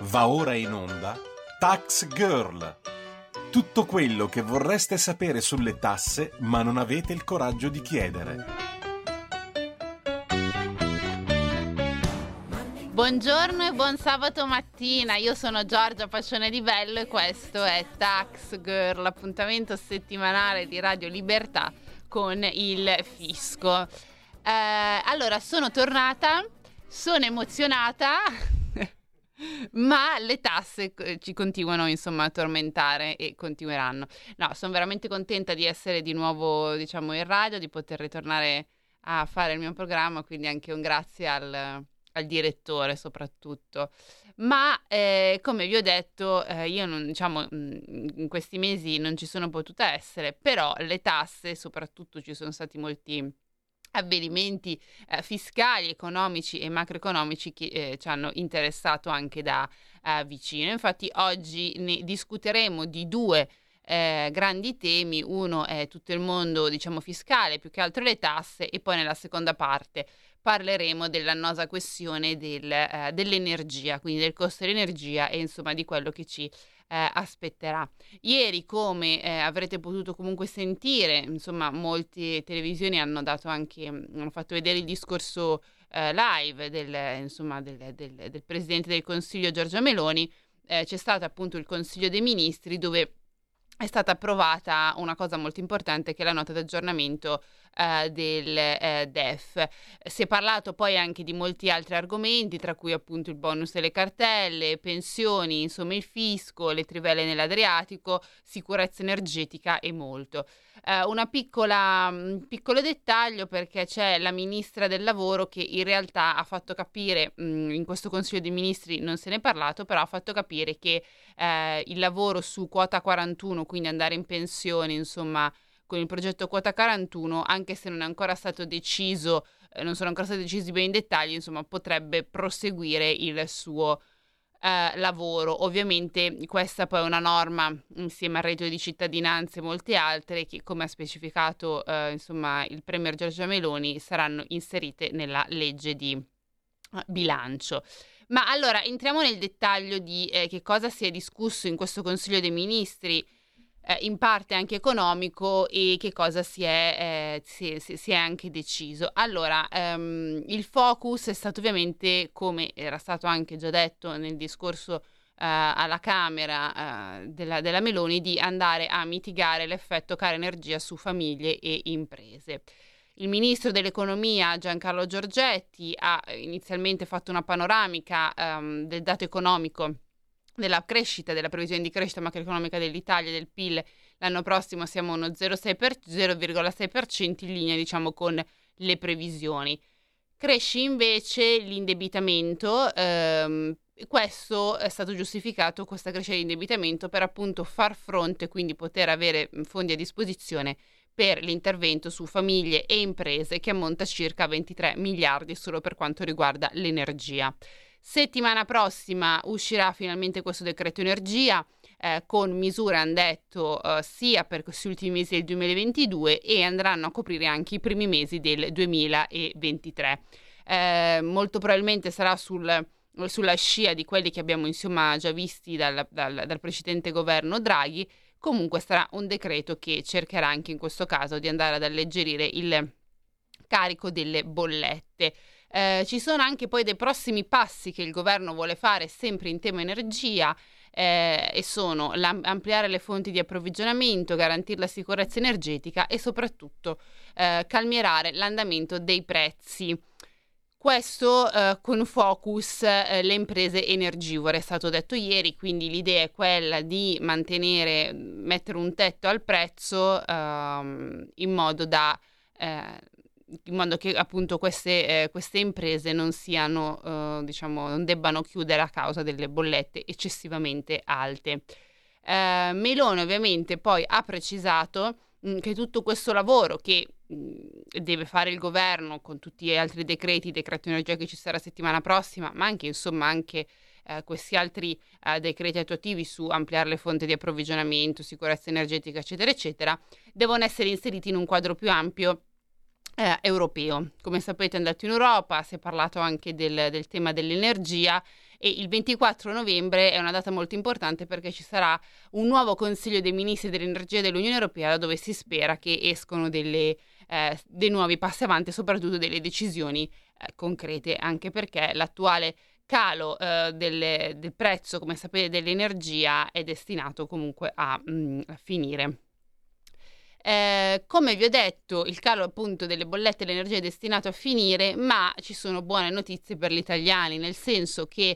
Va ora in onda Tax Girl. Tutto quello che vorreste sapere sulle tasse ma non avete il coraggio di chiedere. Buongiorno e buon sabato mattina, io sono Giorgia Pacione di Bello e questo è Tax Girl, l'appuntamento settimanale di Radio Libertà con il fisco. Allora, sono tornata, sono emozionata, ma le tasse ci continuano insomma a tormentare e continueranno. No, sono veramente contenta di essere di nuovo, diciamo, in radio, di poter ritornare a fare il mio programma, quindi anche un grazie al direttore soprattutto. Ma come vi ho detto, io non, diciamo, in questi mesi non ci sono potuta essere, però le tasse, soprattutto ci sono stati molti avvenimenti fiscali, economici e macroeconomici che ci hanno interessato anche da vicino. Infatti oggi ne discuteremo di due grandi temi. Uno è tutto il mondo, diciamo, fiscale, più che altro le tasse, e poi nella seconda parte parleremo dell'annosa questione dell'energia, quindi del costo dell'energia e insomma di quello che ci aspetterà. Ieri, come avrete potuto comunque sentire, insomma, molte televisioni hanno fatto vedere il discorso live del Presidente del Consiglio Giorgia Meloni. C'è stato appunto il Consiglio dei Ministri, dove è stata approvata una cosa molto importante, che è la nota d'aggiornamento del DEF. Si è parlato poi anche di molti altri argomenti, tra cui appunto il bonus delle cartelle, pensioni, insomma il fisco, le trivelle nell'Adriatico, sicurezza energetica e molto. Un piccolo dettaglio, perché c'è la ministra del lavoro che in realtà ha fatto capire, in questo Consiglio dei Ministri non se ne è parlato, però ha fatto capire che il lavoro su quota 41, quindi andare in pensione, insomma, con il progetto quota 41, anche se non è ancora stato deciso, non sono ancora stati decisi bene i dettagli, insomma, potrebbe proseguire il suo lavoro. Ovviamente questa poi è una norma, insieme al reddito di cittadinanza e molte altre, che, come ha specificato insomma il Premier Giorgia Meloni, saranno inserite nella legge di bilancio. Ma allora entriamo nel dettaglio di che cosa si è discusso in questo Consiglio dei Ministri, in parte anche economico, e che cosa si è anche deciso. Allora, il focus è stato ovviamente, come era stato anche già detto nel discorso alla Camera della Meloni, di andare a mitigare l'effetto cara energia su famiglie e imprese. Il ministro dell'economia Giancarlo Giorgetti ha inizialmente fatto una panoramica del dato economico, della crescita, della previsione di crescita macroeconomica dell'Italia e del PIL. L'anno prossimo siamo a uno 0,6% in linea, diciamo, con le previsioni. Cresce invece l'indebitamento. Questo è stato giustificato, questa crescita di indebitamento, per appunto far fronte, quindi poter avere fondi a disposizione per l'intervento su famiglie e imprese, che ammonta a circa 23 miliardi solo per quanto riguarda l'energia. Settimana prossima uscirà finalmente questo decreto energia, con misure, hanno detto, sia per questi ultimi mesi del 2022, e andranno a coprire anche i primi mesi del 2023. Molto probabilmente sarà sulla scia di quelli che abbiamo insomma già visti dal precedente governo Draghi. Comunque sarà un decreto che cercherà anche in questo caso di andare ad alleggerire il carico delle bollette. Ci sono anche poi dei prossimi passi che il governo vuole fare sempre in tema energia, e sono ampliare le fonti di approvvigionamento, garantire la sicurezza energetica e soprattutto calmierare l'andamento dei prezzi. Questo con focus le imprese energivore, è stato detto ieri, quindi l'idea è quella di mettere un tetto al prezzo, in modo che appunto queste imprese non siano, diciamo, non debbano chiudere a causa delle bollette eccessivamente alte. Meloni ovviamente poi ha precisato che tutto questo lavoro che deve fare il governo con tutti gli altri decreto energia che ci sarà settimana prossima, ma anche questi altri decreti attuativi su ampliare le fonti di approvvigionamento, sicurezza energetica, eccetera, eccetera, devono essere inseriti in un quadro più ampio europeo. Come sapete è andato in Europa, si è parlato anche del tema dell'energia, e il 24 novembre è una data molto importante perché ci sarà un nuovo Consiglio dei Ministri dell'Energia dell'Unione Europea dove si spera che escono dei nuovi passi avanti, soprattutto delle decisioni concrete, anche perché l'attuale calo del prezzo, come sapete, dell'energia è destinato comunque a finire. Come vi ho detto, il calo appunto delle bollette dell'energia è destinato a finire, ma ci sono buone notizie per gli italiani, nel senso che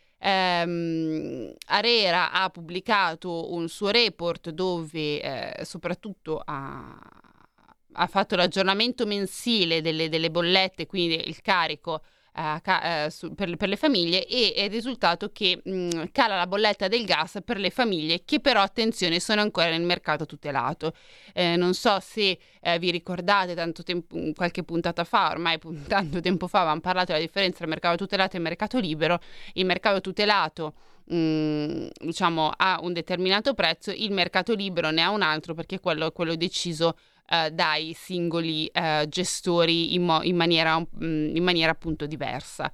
ARERA ha pubblicato un suo report dove soprattutto ha fatto l'aggiornamento mensile delle bollette, quindi il carico per le famiglie, e è il risultato che cala la bolletta del gas per le famiglie che però, attenzione, sono ancora nel mercato tutelato. Non so se vi ricordate, qualche puntata fa, ormai tanto tempo fa, avevamo parlato della differenza tra mercato tutelato e mercato libero. Il mercato tutelato diciamo ha un determinato prezzo, il mercato libero ne ha un altro perché quello deciso dai singoli gestori in maniera appunto diversa.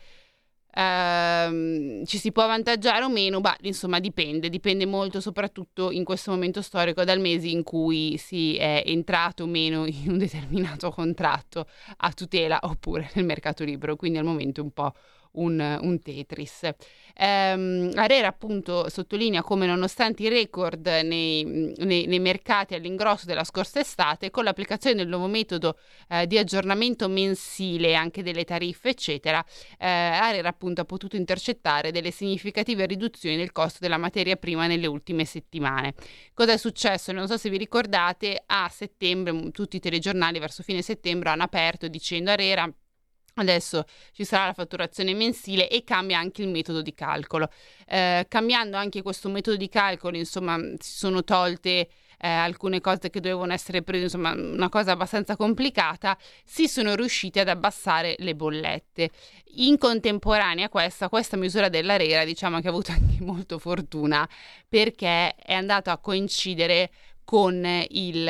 Ci si può avvantaggiare o meno? Insomma dipende molto, soprattutto in questo momento storico, dal mese in cui si è entrato o meno in un determinato contratto a tutela oppure nel mercato libero, quindi al momento è un po' un Tetris. ARERA appunto sottolinea come, nonostante i record nei mercati all'ingrosso della scorsa estate, con l'applicazione del nuovo metodo di aggiornamento mensile anche delle tariffe eccetera, ARERA appunto ha potuto intercettare delle significative riduzioni del costo della materia prima nelle ultime settimane. Cosa è successo? Non so se vi ricordate, a settembre tutti i telegiornali verso fine settembre hanno aperto dicendo: ARERA, adesso ci sarà la fatturazione mensile e cambia anche il metodo di calcolo. Cambiando anche questo metodo di calcolo, insomma, si sono tolte alcune cose che dovevano essere prese, insomma, una cosa abbastanza complicata. Si sono riusciti ad abbassare le bollette. In contemporanea a questa misura dell'ARERA, diciamo che ha avuto anche molto fortuna, perché è andato a coincidere con il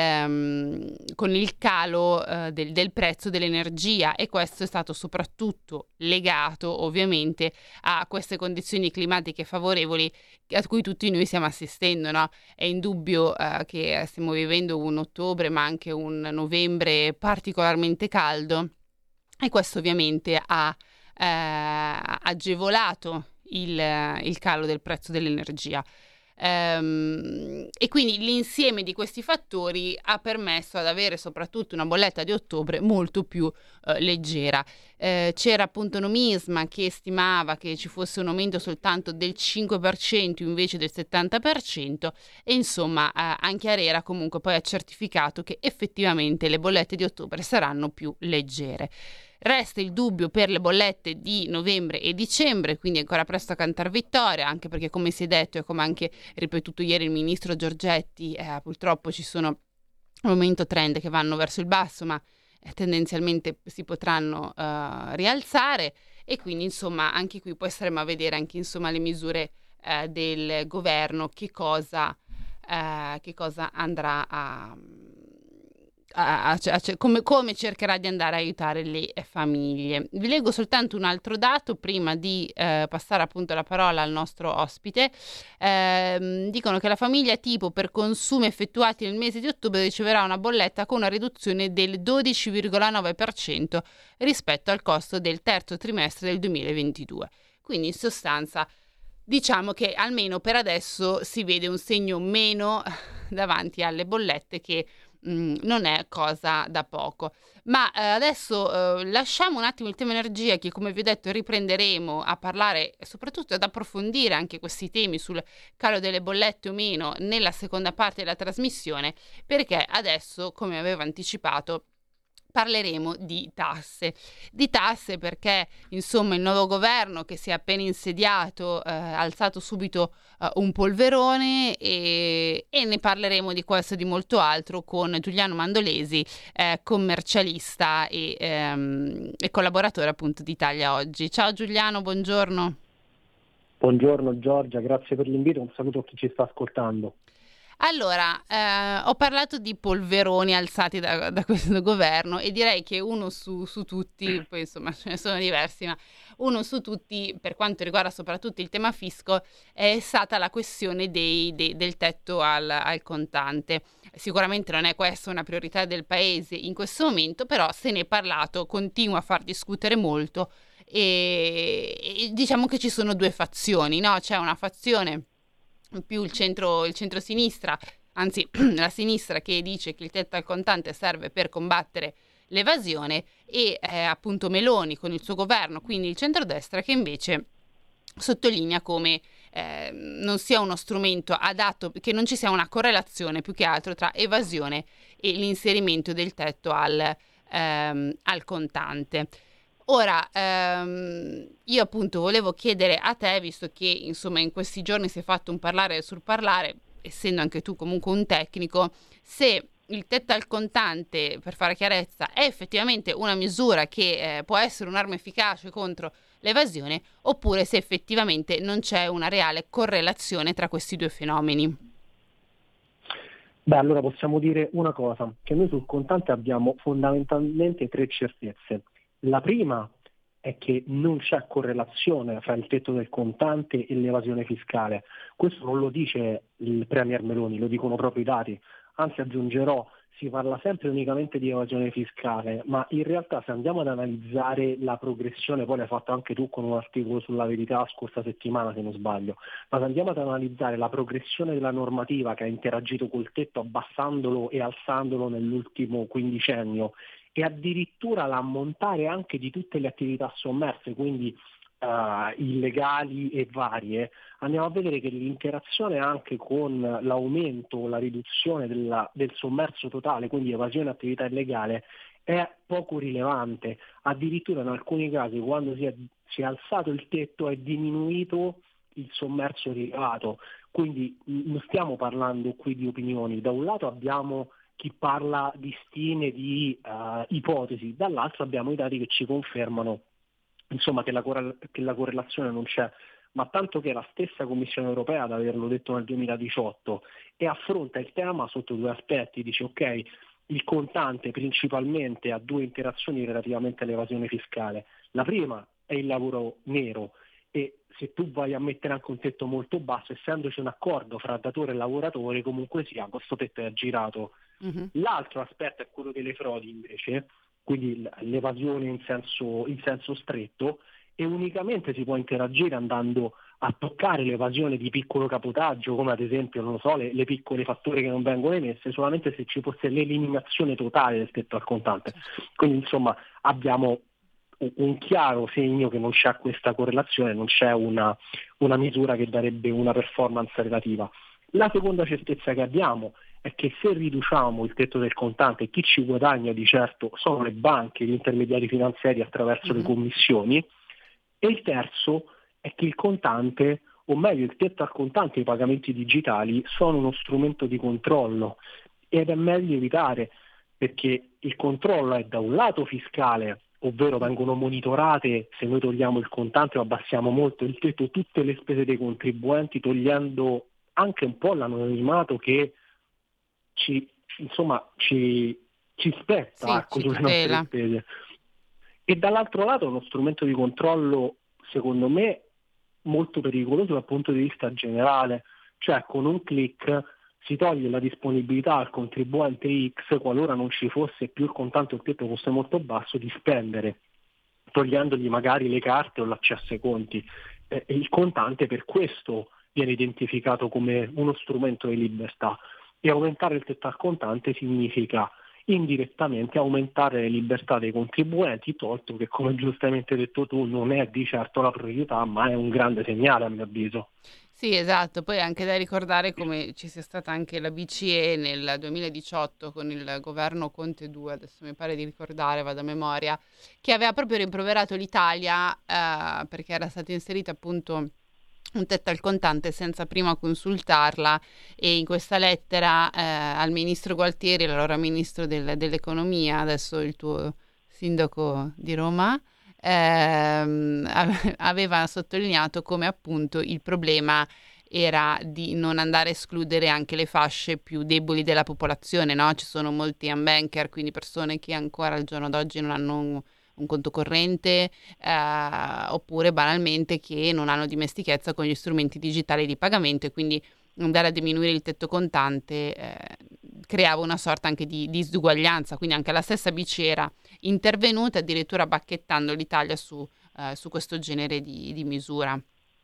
calo del prezzo dell'energia, e questo è stato soprattutto legato ovviamente a queste condizioni climatiche favorevoli a cui tutti noi stiamo assistendo, no? È indubbio che stiamo vivendo un ottobre ma anche un novembre particolarmente caldo, e questo ovviamente ha agevolato il calo del prezzo dell'energia. E quindi l'insieme di questi fattori ha permesso ad avere soprattutto una bolletta di ottobre molto più leggera. C'era appunto Nomisma che stimava che ci fosse un aumento soltanto del 5% invece del 70%, e insomma anche ARERA comunque poi ha certificato che effettivamente le bollette di ottobre saranno più leggere. Resta il dubbio per le bollette di novembre e dicembre, quindi è ancora presto a cantar vittoria, anche perché, come si è detto e come anche ripetuto ieri il ministro Giorgetti, purtroppo ci sono al momento trend che vanno verso il basso, ma tendenzialmente si potranno rialzare, e quindi insomma anche qui poi staremo a vedere anche insomma le misure del governo, che cosa andrà come cercherà di andare a aiutare le famiglie. Vi leggo soltanto un altro dato prima di passare appunto la parola al nostro ospite. Dicono che la famiglia tipo per consumi effettuati nel mese di ottobre riceverà una bolletta con una riduzione del 12,9% rispetto al costo del terzo trimestre del 2022. Quindi in sostanza diciamo che almeno per adesso si vede un segno meno davanti alle bollette, che non è cosa da poco. Ma adesso lasciamo un attimo il tema energia, che come vi ho detto riprenderemo a parlare e soprattutto ad approfondire anche questi temi sul calo delle bollette o meno nella seconda parte della trasmissione, perché adesso, come avevo anticipato, parleremo di tasse perché insomma il nuovo governo che si è appena insediato ha alzato subito un polverone, e ne parleremo di questo e di molto altro con Giuliano Mandolesi, commercialista e collaboratore appunto di Italia Oggi. Ciao Giuliano, buongiorno. Buongiorno Giorgia, grazie per l'invito, un saluto a chi ci sta ascoltando. Allora, ho parlato di polveroni alzati da questo governo e direi che uno su tutti, poi insomma ce ne sono diversi, ma uno su tutti, per quanto riguarda soprattutto il tema fisco, è stata la questione del tetto al contante. Sicuramente non è questa una priorità del Paese in questo momento, però se ne è parlato, continua a far discutere molto e diciamo che ci sono due fazioni, no? C'è una fazione più il centro-sinistra, anzi la sinistra, che dice che il tetto al contante serve per combattere l'evasione e appunto Meloni con il suo governo, quindi il centrodestra, che invece sottolinea come non sia uno strumento adatto, che non ci sia una correlazione più che altro tra evasione e l'inserimento del tetto al contante. Ora, io appunto volevo chiedere a te, visto che insomma in questi giorni si è fatto un parlare sul parlare, essendo anche tu comunque un tecnico, se il tetto al contante, per fare chiarezza, è effettivamente una misura che può essere un'arma efficace contro l'evasione, oppure se effettivamente non c'è una reale correlazione tra questi due fenomeni. Beh, allora possiamo dire una cosa, che noi sul contante abbiamo fondamentalmente tre certezze. La prima è che non c'è correlazione fra il tetto del contante e l'evasione fiscale. Questo non lo dice il Premier Meloni, lo dicono proprio i dati. Anzi, aggiungerò, si parla sempre unicamente di evasione fiscale, ma in realtà se andiamo ad analizzare la progressione, poi l'hai fatto anche tu con un articolo sulla Verità scorsa settimana se non sbaglio, ma se andiamo ad analizzare la progressione della normativa che ha interagito col tetto abbassandolo e alzandolo nell'ultimo quindicennio, e addirittura l'ammontare anche di tutte le attività sommerse, quindi illegali e varie, andiamo a vedere che l'interazione anche con l'aumento o la riduzione del sommerso totale, quindi evasione e attività illegale, è poco rilevante. Addirittura in alcuni casi, quando si è alzato il tetto, è diminuito il sommerso rilevato. Quindi non stiamo parlando qui di opinioni. Da un lato abbiamo chi parla di stime, di ipotesi, dall'altro abbiamo i dati che ci confermano insomma che la correlazione non c'è, ma tanto che la stessa Commissione europea ad averlo detto nel 2018 e affronta il tema sotto due aspetti, dice ok, il contante principalmente ha due interazioni relativamente all'evasione fiscale. La prima è il lavoro nero e se tu vai a mettere anche un tetto molto basso, essendoci un accordo fra datore e lavoratore, comunque sia, questo tetto è aggirato. Mm-hmm. L'altro aspetto è quello delle frodi invece, quindi l'evasione in senso stretto, e unicamente si può interagire andando a toccare l'evasione di piccolo cabotaggio, come ad esempio, non lo so, le piccole fatture che non vengono emesse, solamente se ci fosse l'eliminazione totale del tetto al contante. Quindi insomma abbiamo un chiaro segno che non c'è questa correlazione, non c'è una misura che darebbe una performance relativa. La seconda certezza che abbiamo è che se riduciamo il tetto del contante, chi ci guadagna di certo sono le banche, gli intermediari finanziari attraverso le commissioni, e il terzo è che il contante, o meglio il tetto al contante e i pagamenti digitali sono uno strumento di controllo ed è meglio evitare, perché il controllo è da un lato fiscale, ovvero vengono monitorate, se noi togliamo il contante o abbassiamo molto il tetto, tutte le spese dei contribuenti, togliendo anche un po' l'anonimato che ci spetta, ecco, ci sulle nostre spese. E dall'altro lato è uno strumento di controllo, secondo me, molto pericoloso dal punto di vista generale, cioè con un click si toglie la disponibilità al contribuente X, qualora non ci fosse più il contante o il tetto fosse molto basso, di spendere, togliendogli magari le carte o l'accesso ai conti. E il contante per questo viene identificato come uno strumento di libertà, e aumentare il tetto al contante significa indirettamente aumentare le libertà dei contribuenti, tolto che, come giustamente hai detto tu, non è di certo la priorità, ma è un grande segnale a mio avviso. Sì, esatto, poi è anche da ricordare come ci sia stata anche la BCE nel 2018 con il governo Conte 2, adesso mi pare di ricordare, vado a memoria, che aveva proprio rimproverato l'Italia perché era stata inserita appunto un tetto al contante senza prima consultarla, e in questa lettera al ministro Gualtieri, allora ministro dell'economia, adesso il tuo sindaco di Roma, aveva sottolineato come appunto il problema era di non andare a escludere anche le fasce più deboli della popolazione, no? Ci sono molti unbanker, quindi persone che ancora al giorno d'oggi non hanno un conto corrente, oppure banalmente che non hanno dimestichezza con gli strumenti digitali di pagamento, e quindi andare a diminuire il tetto contante creava una sorta anche di disuguaglianza. Quindi anche la stessa BCE era intervenuta, addirittura bacchettando l'Italia su questo genere di misura.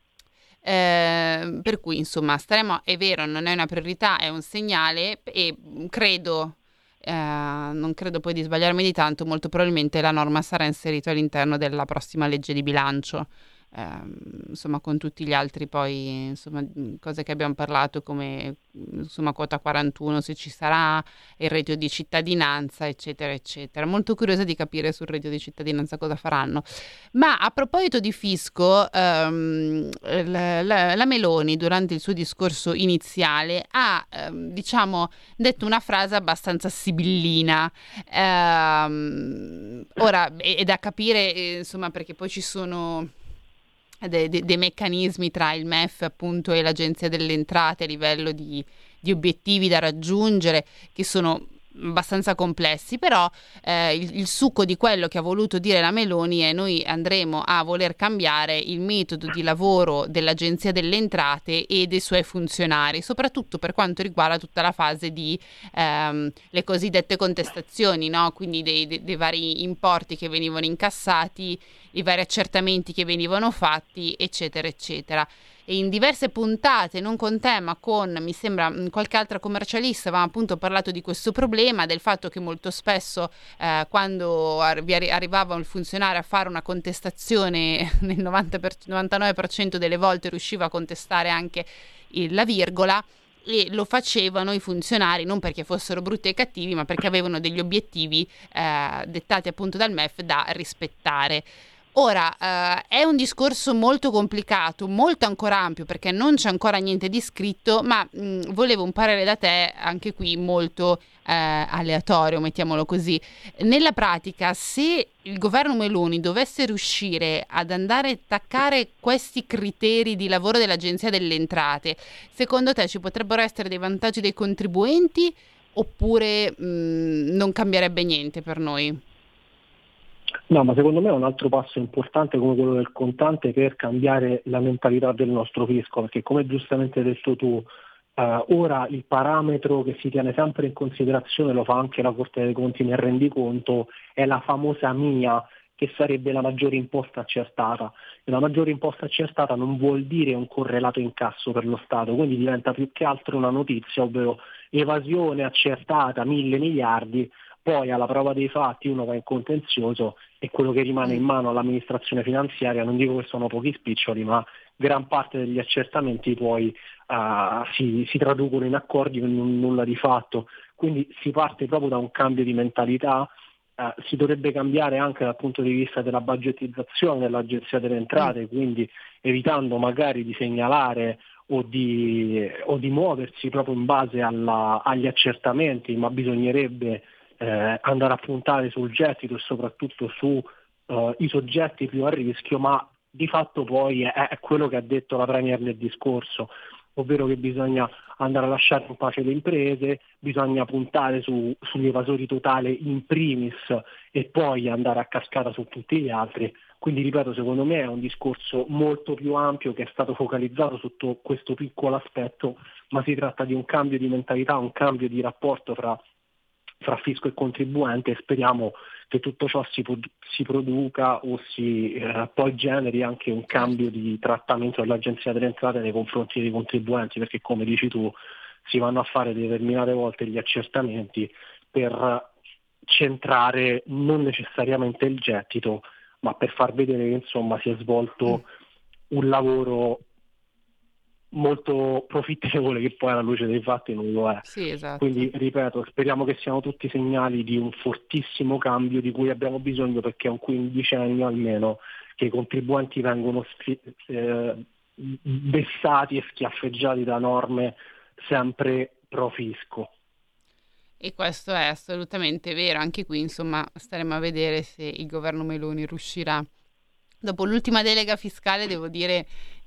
Per cui insomma staremo, è vero, non è una priorità, è un segnale, e credo, non credo poi di sbagliarmi di tanto, molto probabilmente la norma sarà inserita all'interno della prossima legge di bilancio, insomma con tutti gli altri poi insomma cose che abbiamo parlato, come insomma quota 41 se ci sarà, il reddito di cittadinanza, eccetera eccetera. Molto curiosa di capire sul reddito di cittadinanza cosa faranno. Ma a proposito di fisco, la Meloni durante il suo discorso iniziale ha diciamo detto una frase abbastanza sibillina, ora è da capire insomma, perché poi ci sono dei meccanismi tra il MEF appunto e l'Agenzia delle Entrate a livello di obiettivi da raggiungere, che sono abbastanza complessi, però il succo di quello che ha voluto dire la Meloni è: noi andremo a voler cambiare il metodo di lavoro dell'Agenzia delle Entrate e dei suoi funzionari, soprattutto per quanto riguarda tutta la fase di le cosiddette contestazioni, no? Quindi dei vari importi che venivano incassati, i vari accertamenti che venivano fatti, eccetera eccetera. E in diverse puntate, non con te ma con, mi sembra, qualche altra commercialista, avevamo appunto parlato di questo problema, del fatto che molto spesso quando arrivava un funzionario a fare una contestazione, nel 99% delle volte riusciva a contestare anche la virgola, e lo facevano i funzionari non perché fossero brutti e cattivi, ma perché avevano degli obiettivi dettati appunto dal MEF da rispettare. Ora, è un discorso molto complicato, molto ancora ampio, perché non c'è ancora niente di scritto, ma volevo un parere da te, anche qui molto aleatorio, mettiamolo così. Nella pratica, se il governo Meloni dovesse riuscire ad andare a attaccare questi criteri di lavoro dell'Agenzia delle Entrate, secondo te ci potrebbero essere dei vantaggi dei contribuenti, oppure non cambierebbe niente per noi? No, ma secondo me è un altro passo importante come quello del contante per cambiare la mentalità del nostro fisco, perché come giustamente hai detto tu, ora il parametro che si tiene sempre in considerazione, lo fa anche la Corte dei Conti nel rendiconto, è la famosa MIA, che sarebbe la maggiore imposta accertata. E la maggiore imposta accertata non vuol dire un correlato incasso per lo Stato, quindi diventa più che altro una notizia, ovvero evasione accertata 1.000 miliardi, poi alla prova dei fatti uno va in contenzioso e quello che rimane in mano all'amministrazione finanziaria, non dico che sono pochi spiccioli, ma gran parte degli accertamenti poi si traducono in accordi con nulla di fatto. Quindi si parte proprio da un cambio di mentalità, si dovrebbe cambiare anche dal punto di vista della budgetizzazione dell'Agenzia delle Entrate, quindi evitando magari di segnalare o di muoversi proprio in base agli accertamenti, ma bisognerebbe andare a puntare sul gettito e soprattutto su i soggetti più a rischio, ma di fatto poi è quello che ha detto la Premier nel discorso, ovvero che bisogna andare a lasciare in pace le imprese, bisogna puntare sugli evasori totali in primis e poi andare a cascata su tutti gli altri. Quindi ripeto, secondo me è un discorso molto più ampio che è stato focalizzato su questo piccolo aspetto, ma si tratta di un cambio di mentalità, un cambio di rapporto fra fisco e contribuente, e speriamo che tutto ciò si produca o poi generi anche un cambio di trattamento dell'Agenzia delle Entrate nei confronti dei contribuenti, perché come dici tu si vanno a fare determinate volte gli accertamenti per centrare non necessariamente il gettito, ma per far vedere che insomma si è svolto un lavoro molto profittevole che poi alla luce dei fatti non lo è. Sì, esatto. Quindi ripeto, speriamo che siano tutti segnali di un fortissimo cambio di cui abbiamo bisogno, perché è un quindicennio almeno che i contribuenti vengono vessati e schiaffeggiati da norme sempre pro fisco. E questo è assolutamente vero. Anche qui insomma staremo a vedere se il governo Meloni riuscirà dopo l'ultima delega fiscale, devo dire,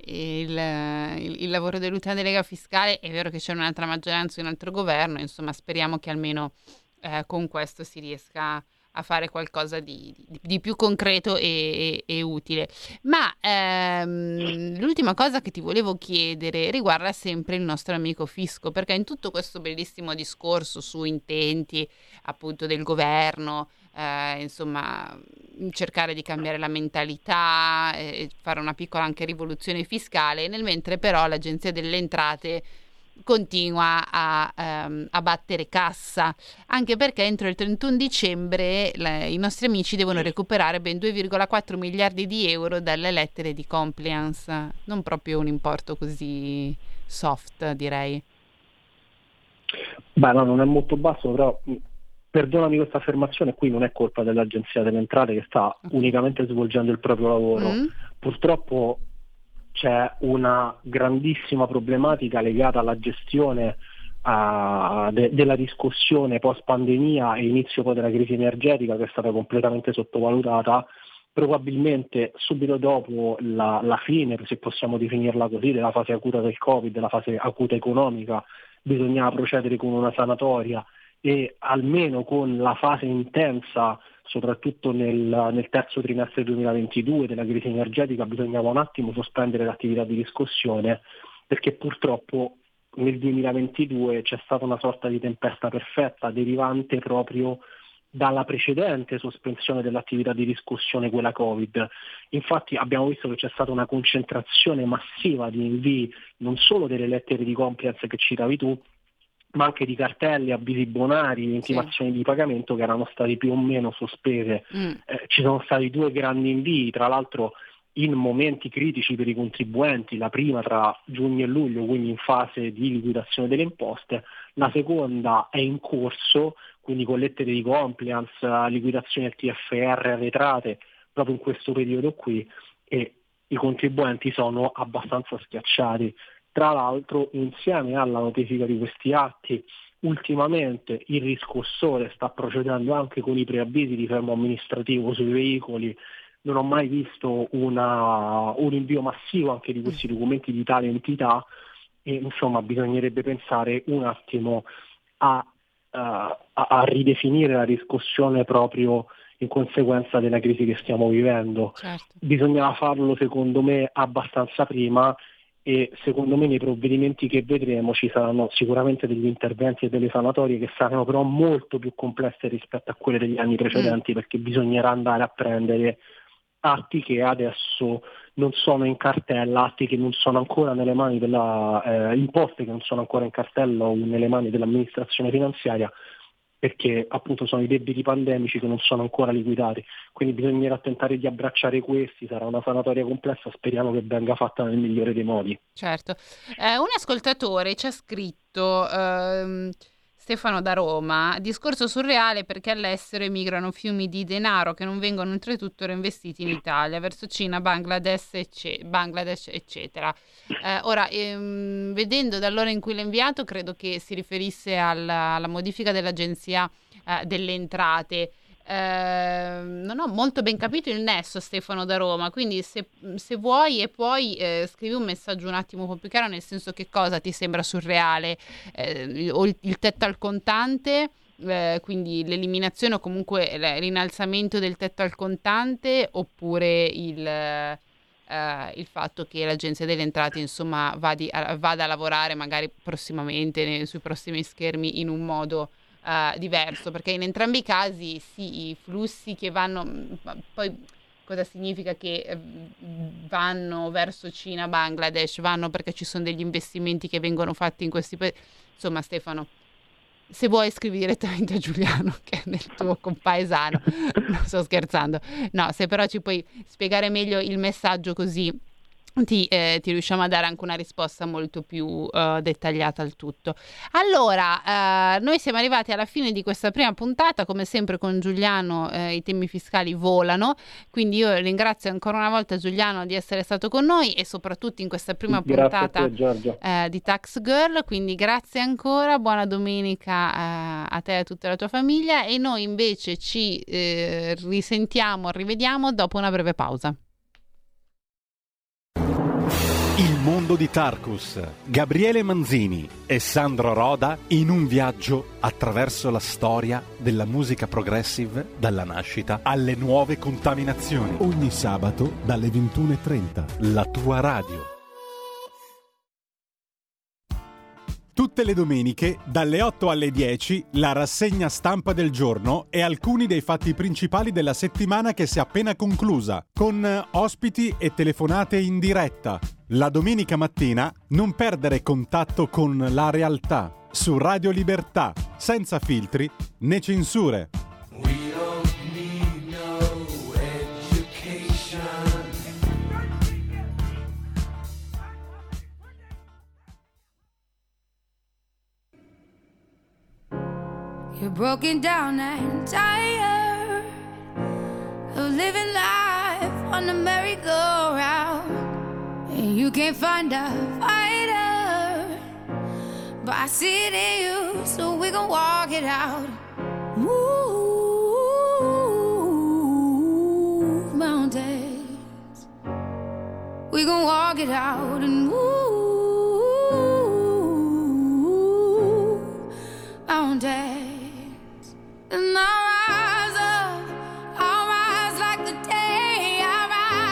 il lavoro dell'ultima delega fiscale, è vero che c'è un'altra maggioranza, un altro governo, insomma speriamo che almeno con questo si riesca a fare qualcosa di più concreto e utile. Ma l'ultima cosa che ti volevo chiedere riguarda sempre il nostro amico fisco, perché in tutto questo bellissimo discorso su intenti appunto del governo, insomma cercare di cambiare la mentalità e fare una piccola anche rivoluzione fiscale, nel mentre però l'Agenzia delle Entrate continua a battere cassa, anche perché entro il 31 dicembre i nostri amici devono recuperare ben 2,4 miliardi di euro dalle lettere di compliance, non proprio un importo così soft, direi. Beh, no, non è molto basso, però perdonami questa affermazione, qui non è colpa dell'Agenzia delle Entrate che sta unicamente svolgendo il proprio lavoro. Purtroppo c'è una grandissima problematica legata alla gestione della discussione post pandemia e inizio poi della crisi energetica, che è stata completamente sottovalutata. Probabilmente subito dopo la fine, se possiamo definirla così, della fase acuta del Covid, della fase acuta economica, bisognava procedere con una sanatoria, e almeno con la fase intensa, soprattutto nel terzo trimestre 2022 della crisi energetica, bisognava un attimo sospendere l'attività di riscossione, perché purtroppo nel 2022 c'è stata una sorta di tempesta perfetta derivante proprio dalla precedente sospensione dell'attività di riscossione, quella Covid. Infatti abbiamo visto che c'è stata una concentrazione massiva di invii, non solo delle lettere di compliance che citavi tu, ma anche di cartelli, avvisi bonari, intimazioni di pagamento che erano stati più o meno sospese. Ci sono stati 2 grandi invii, tra l'altro in momenti critici per i contribuenti, la prima tra giugno e luglio, quindi in fase di liquidazione delle imposte, la seconda è in corso, quindi con lettere di compliance, liquidazione del TFR arretrate proprio in questo periodo qui, e i contribuenti sono abbastanza schiacciati. Tra l'altro, insieme alla notifica di questi atti, ultimamente il riscossore sta procedendo anche con i preavvisi di fermo amministrativo sui veicoli. Non ho mai visto un invio massivo anche di questi documenti di tale entità, e insomma bisognerebbe pensare un attimo a ridefinire la riscossione proprio in conseguenza della crisi che stiamo vivendo. Certo. Bisognava farlo secondo me abbastanza prima, e secondo me nei provvedimenti che vedremo ci saranno sicuramente degli interventi e delle sanatorie che saranno però molto più complesse rispetto a quelle degli anni precedenti, perché bisognerà andare a prendere atti che adesso non sono in cartella, atti che non sono ancora nelle mani imposte che non sono ancora in cartella o nelle mani dell'amministrazione finanziaria, perché appunto sono i debiti pandemici che non sono ancora liquidati. Quindi bisognerà tentare di abbracciare questi, sarà una sanatoria complessa, speriamo che venga fatta nel migliore dei modi. Certo. Un ascoltatore ci ha scritto, Stefano da Roma, discorso surreale perché all'estero emigrano fiumi di denaro che non vengono oltretutto reinvestiti in Italia, verso Cina, Bangladesh, eccetera. Ora, vedendo dall'ora in cui l'ho inviato, credo che si riferisse alla modifica dell'Agenzia delle Entrate. Non ho molto ben capito il nesso, Stefano da Roma, quindi se vuoi e puoi scrivi un messaggio un attimo un po' più chiaro, nel senso che cosa ti sembra surreale, o il tetto al contante, quindi l'eliminazione o comunque l'innalzamento del tetto al contante, oppure il fatto che l'Agenzia delle Entrate insomma vada a lavorare magari prossimamente sui prossimi schermi in un modo diverso, perché in entrambi i casi sì, i flussi che vanno, poi cosa significa che vanno verso Cina, Bangladesh, vanno perché ci sono degli investimenti che vengono fatti in questi paesi. Insomma, Stefano, se vuoi scrivi direttamente a Giuliano, che è nel tuo compaesano. Non sto scherzando, no, se però ci puoi spiegare meglio il messaggio, così ti riusciamo a dare anche una risposta molto più dettagliata al tutto. Allora, noi siamo arrivati alla fine di questa prima puntata. Come sempre con Giuliano i temi fiscali volano, quindi io ringrazio ancora una volta Giuliano di essere stato con noi, e soprattutto in questa prima puntata di Tax Girl. Quindi grazie ancora, buona domenica a te e a tutta la tua famiglia, e noi invece ci rivediamo dopo una breve pausa. Il mondo di Tarkus, Gabriele Manzini e Sandro Roda in un viaggio attraverso la storia della musica progressive dalla nascita alle nuove contaminazioni. Ogni sabato dalle 21:30. La tua radio. Tutte le domeniche, dalle 8 alle 10, la rassegna stampa del giorno e alcuni dei fatti principali della settimana che si è appena conclusa, con ospiti e telefonate in diretta. La domenica mattina non perdere contatto con la realtà, su Radio Libertà, senza filtri né censure. You're broken down and tired of living life on the merry-go-round, and you can't find a fighter, but I see it in you, so we gon' walk it out. Move mountains, we gon' walk it out and move mountains. And I'll rise like the day. I'll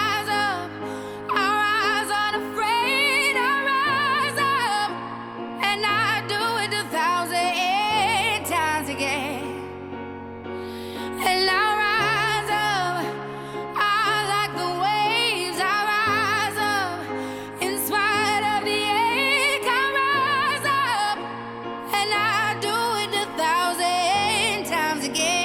rise unafraid. I'll rise up, and I do it 1,000 times again. And I'll rise up, I like the waves. I'll rise up, in spite of the ache. I'll rise up, and I do it 1,000 times again.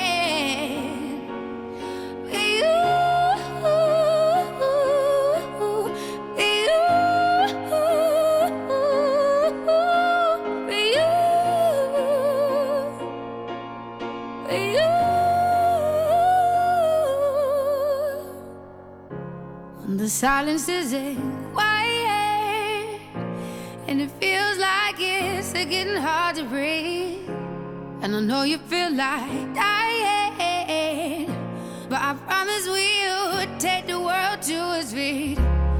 The silence isn't quiet, and it feels like it's getting hard to breathe. And I know you feel like dying, but I promise we'll take the world to its feet.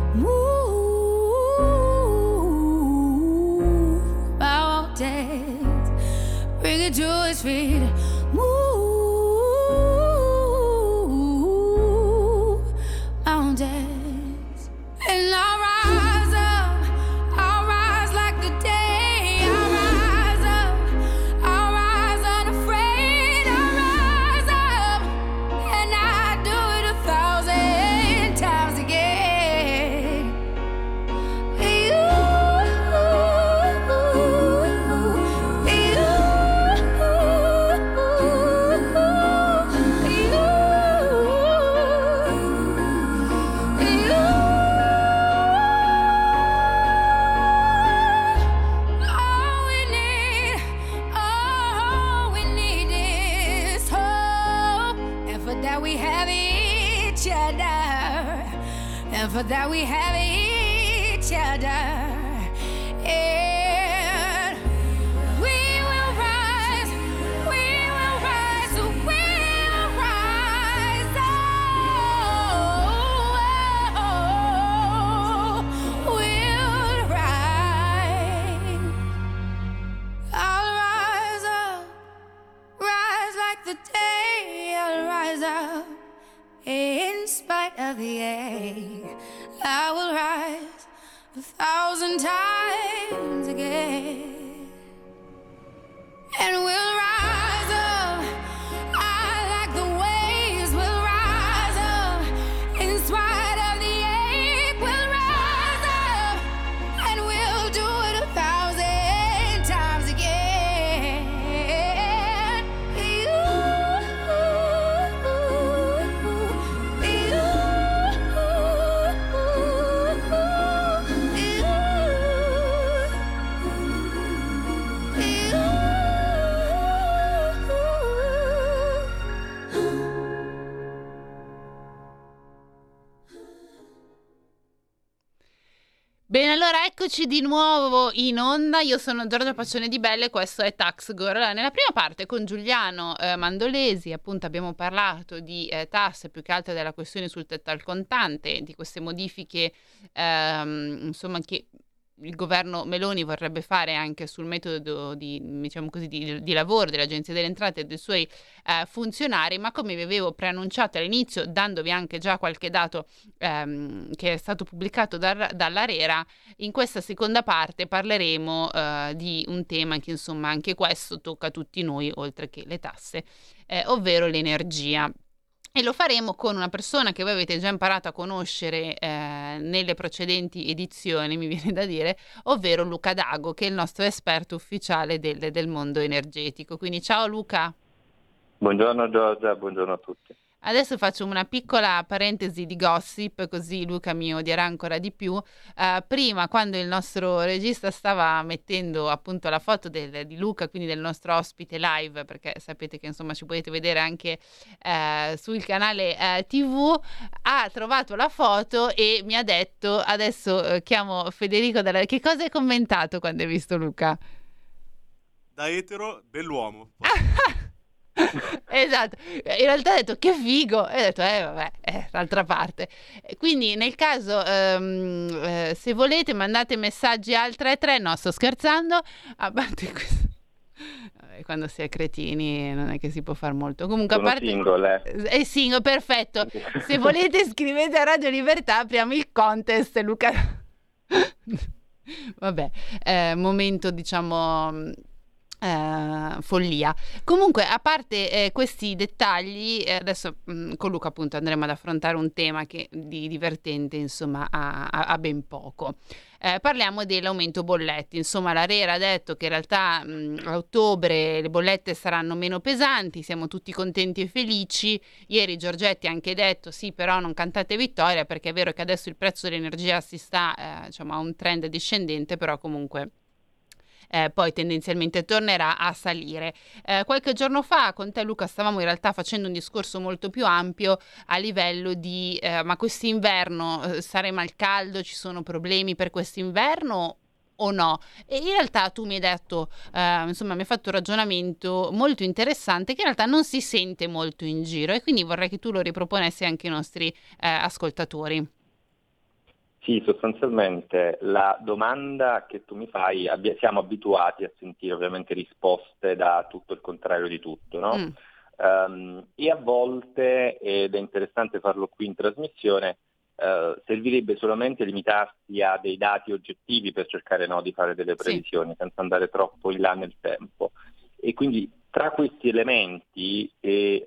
Move mountains, bring it to its feet. Move mountains. And I'll rise like the day. I'll rise unafraid. I'll rise up, and I do it 1,000 times again. For that we have each other, and we will rise, we will rise, we will rise, we'll rise. I'll rise up, rise like the day. I'll rise up, in spite of the ache. I will rise 1,000 times again, and we'll rise up. I like the waves. We'll rise up, in spite of the ache. We'll rise up, and we'll do it 1,000 times again. Bene, allora eccoci di nuovo in onda. Io sono Giorgia Paccione di Belle e questo è Tax Girl. Nella prima parte con Giuliano Mandolesi appunto abbiamo parlato di tasse, più che altro della questione sul tetto al contante, di queste modifiche insomma che il governo Meloni vorrebbe fare anche sul metodo di, diciamo così, di lavoro dell'Agenzia delle Entrate e dei suoi funzionari, ma come vi avevo preannunciato all'inizio, dandovi anche già qualche dato che è stato pubblicato dall'ARERA, in questa seconda parte parleremo di un tema che insomma anche questo tocca a tutti noi, oltre che le tasse, ovvero l'energia. E lo faremo con una persona che voi avete già imparato a conoscere nelle precedenti edizioni, mi viene da dire, ovvero Luca Dago, che è il nostro esperto ufficiale del mondo energetico. Quindi ciao Luca. Buongiorno Giorgia, buongiorno a tutti. Adesso faccio una piccola parentesi di gossip, così Luca mi odierà ancora di più. Prima, quando il nostro regista stava mettendo appunto la foto di Luca, quindi del nostro ospite live, perché sapete che insomma ci potete vedere anche sul canale TV, ha trovato la foto e mi ha detto, adesso chiamo Federico, che cosa hai commentato quando hai visto Luca? Da etero, bell'uomo. Esatto, in realtà ha detto che figo e ho detto vabbè, d'altra parte. Quindi nel caso se volete mandate messaggi al 33, no sto scherzando, a parte questo. Vabbè, quando si è cretini non è che si può far molto. Comunque Sono a parte single, è single, perfetto. Se volete scrivete a Radio Libertà, apriamo il contest, Luca. Vabbè, momento diciamo follia. Comunque, a parte questi dettagli, adesso con Luca appunto andremo ad affrontare un tema che di divertente insomma ha ben poco. Parliamo dell'aumento bolletti. Insomma, l'ARERA ha detto che in realtà a ottobre le bollette saranno meno pesanti, siamo tutti contenti e felici. Ieri Giorgetti ha anche detto sì, però non cantate vittoria, perché è vero che adesso il prezzo dell'energia si sta diciamo a un trend discendente, però comunque poi tendenzialmente tornerà a salire. Qualche giorno fa con te Luca stavamo in realtà facendo un discorso molto più ampio a livello di ma quest'inverno saremo al caldo, ci sono problemi per quest'inverno o no? E in realtà tu mi hai detto, insomma mi hai fatto un ragionamento molto interessante che in realtà non si sente molto in giro, e quindi vorrei che tu lo riproponessi anche ai nostri ascoltatori. Sì, sostanzialmente la domanda che tu mi fai, siamo abituati a sentire ovviamente risposte da tutto il contrario di tutto, no? E a volte, ed è interessante farlo qui in trasmissione, servirebbe solamente limitarsi a dei dati oggettivi per cercare di fare delle previsioni, sì, senza andare troppo in là nel tempo. E quindi tra questi elementi che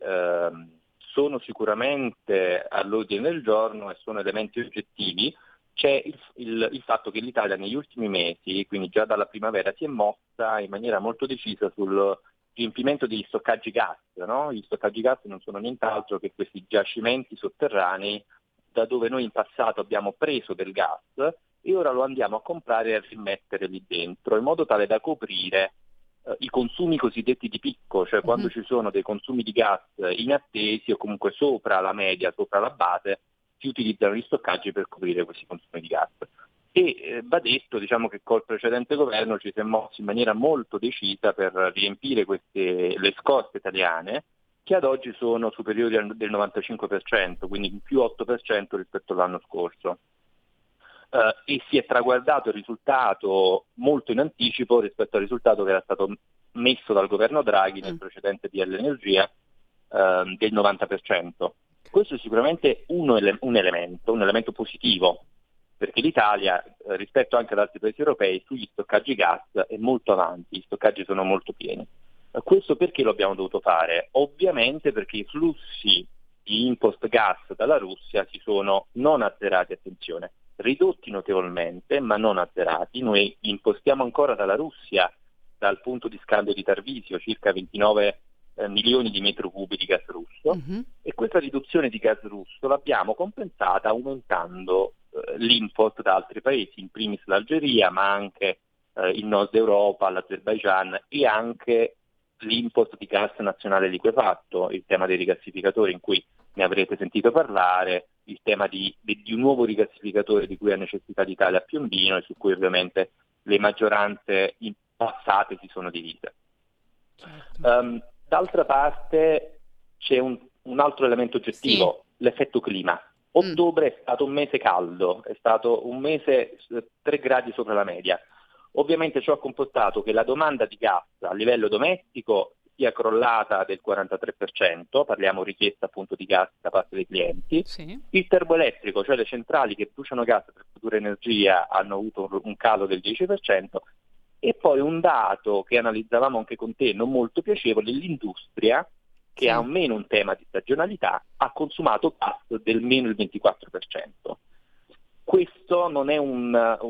sono sicuramente all'ordine del giorno e sono elementi oggettivi, c'è il fatto che l'Italia negli ultimi mesi, quindi già dalla primavera, si è mossa in maniera molto decisa sul riempimento degli stoccaggi gas, no? Gli stoccaggi gas non sono nient'altro che questi giacimenti sotterranei da dove noi in passato abbiamo preso del gas e ora lo andiamo a comprare e a rimettere lì dentro, in modo tale da coprire i consumi cosiddetti di picco, cioè quando ci sono dei consumi di gas inattesi o comunque sopra la media, sopra la base, si utilizzano gli stoccaggi per coprire questi consumi di gas. E va detto, diciamo, che col precedente governo ci si è mossi in maniera molto decisa per riempire le scorte italiane, che ad oggi sono superiori del 95%, quindi in più 8% rispetto all'anno scorso. E si è traguardato il risultato molto in anticipo rispetto al risultato che era stato messo dal governo Draghi nel precedente DL Energia del 90%. Questo è sicuramente un elemento positivo, perché l'Italia rispetto anche ad altri paesi europei sugli stoccaggi gas è molto avanti, gli stoccaggi sono molto pieni. Questo perché lo abbiamo dovuto fare? Ovviamente perché i flussi di import gas dalla Russia si sono non azzerati, attenzione, ridotti notevolmente ma non azzerati. Noi impostiamo ancora dalla Russia, dal punto di scambio di Tarvisio, circa 29 milioni di metri cubi di gas russo, e questa riduzione di gas russo l'abbiamo compensata aumentando l'import da altri paesi, in primis l'Algeria, ma anche il nord Europa, l'Azerbaigian, e anche l'import di gas nazionale liquefatto, il tema dei rigassificatori, in cui ne avrete sentito parlare, il tema di un nuovo rigassificatore di cui ha necessità l'Italia a Piombino e su cui ovviamente le maggioranze in passate si sono divise. Certo. D'altra parte c'è un altro elemento oggettivo, l'effetto clima. Ottobre è stato un mese caldo, è stato un mese 3 gradi sopra la media. Ovviamente ciò ha comportato che la domanda di gas a livello domestico sia crollata del 43%, parliamo richiesta appunto di gas da parte dei clienti. Sì. Il termoelettrico, cioè le centrali che bruciano gas per produrre energia, hanno avuto un calo del 10%, e poi un dato che analizzavamo anche con te, non molto piacevole, l'industria, che ha meno un tema di stagionalità, ha consumato gas del meno il 24%. Questo non è è un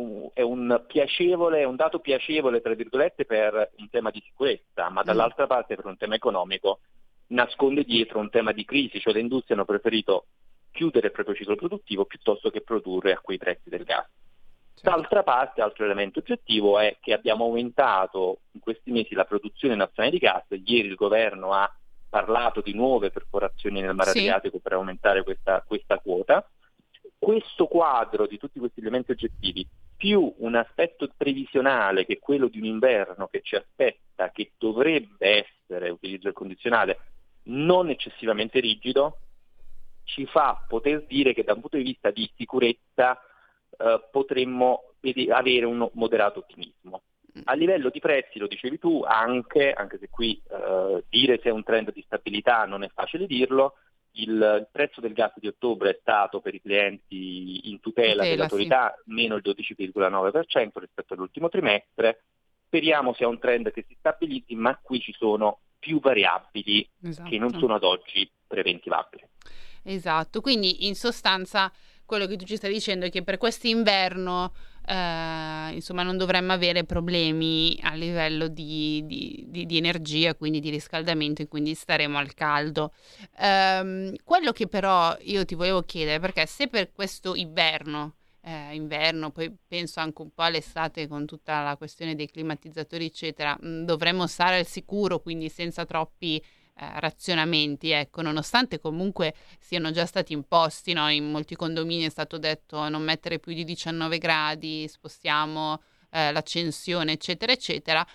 dato piacevole, tra virgolette, per un tema di sicurezza, ma dall'altra parte per un tema economico nasconde dietro un tema di crisi, cioè le industrie hanno preferito chiudere il proprio ciclo produttivo piuttosto che produrre a quei prezzi del gas. D'altra parte, altro elemento oggettivo è che abbiamo aumentato in questi mesi la produzione nazionale di gas. Ieri il governo ha parlato di nuove perforazioni nel Mar Adriatico per aumentare questa quota. Questo quadro di tutti questi elementi oggettivi, più un aspetto previsionale che è quello di un inverno che ci aspetta, che dovrebbe essere, utilizzo il condizionale, non eccessivamente rigido, ci fa poter dire che da un punto di vista di sicurezza potremmo avere un moderato ottimismo. A livello di prezzi, lo dicevi tu, anche se qui dire se è un trend di stabilità non è facile dirlo, il prezzo del gas di ottobre è stato per i clienti in tutela dell'autorità meno il 12,9% rispetto all'ultimo trimestre. Speriamo sia un trend che si stabilizzi, ma qui ci sono più variabili che non sono ad oggi preventivabili. Esatto, quindi in sostanza quello che tu ci stai dicendo è che per quest'inverno insomma non dovremmo avere problemi a livello di energia, quindi di riscaldamento, e quindi staremo al caldo. Quello che però io ti volevo chiedere, perché se per questo inverno, poi penso anche un po' all'estate con tutta la questione dei climatizzatori eccetera, dovremmo stare al sicuro, quindi senza troppi razionamenti, ecco, nonostante comunque siano già stati imposti, no? In molti condomini è stato detto non mettere più di 19 gradi, spostiamo l'accensione eccetera eccetera.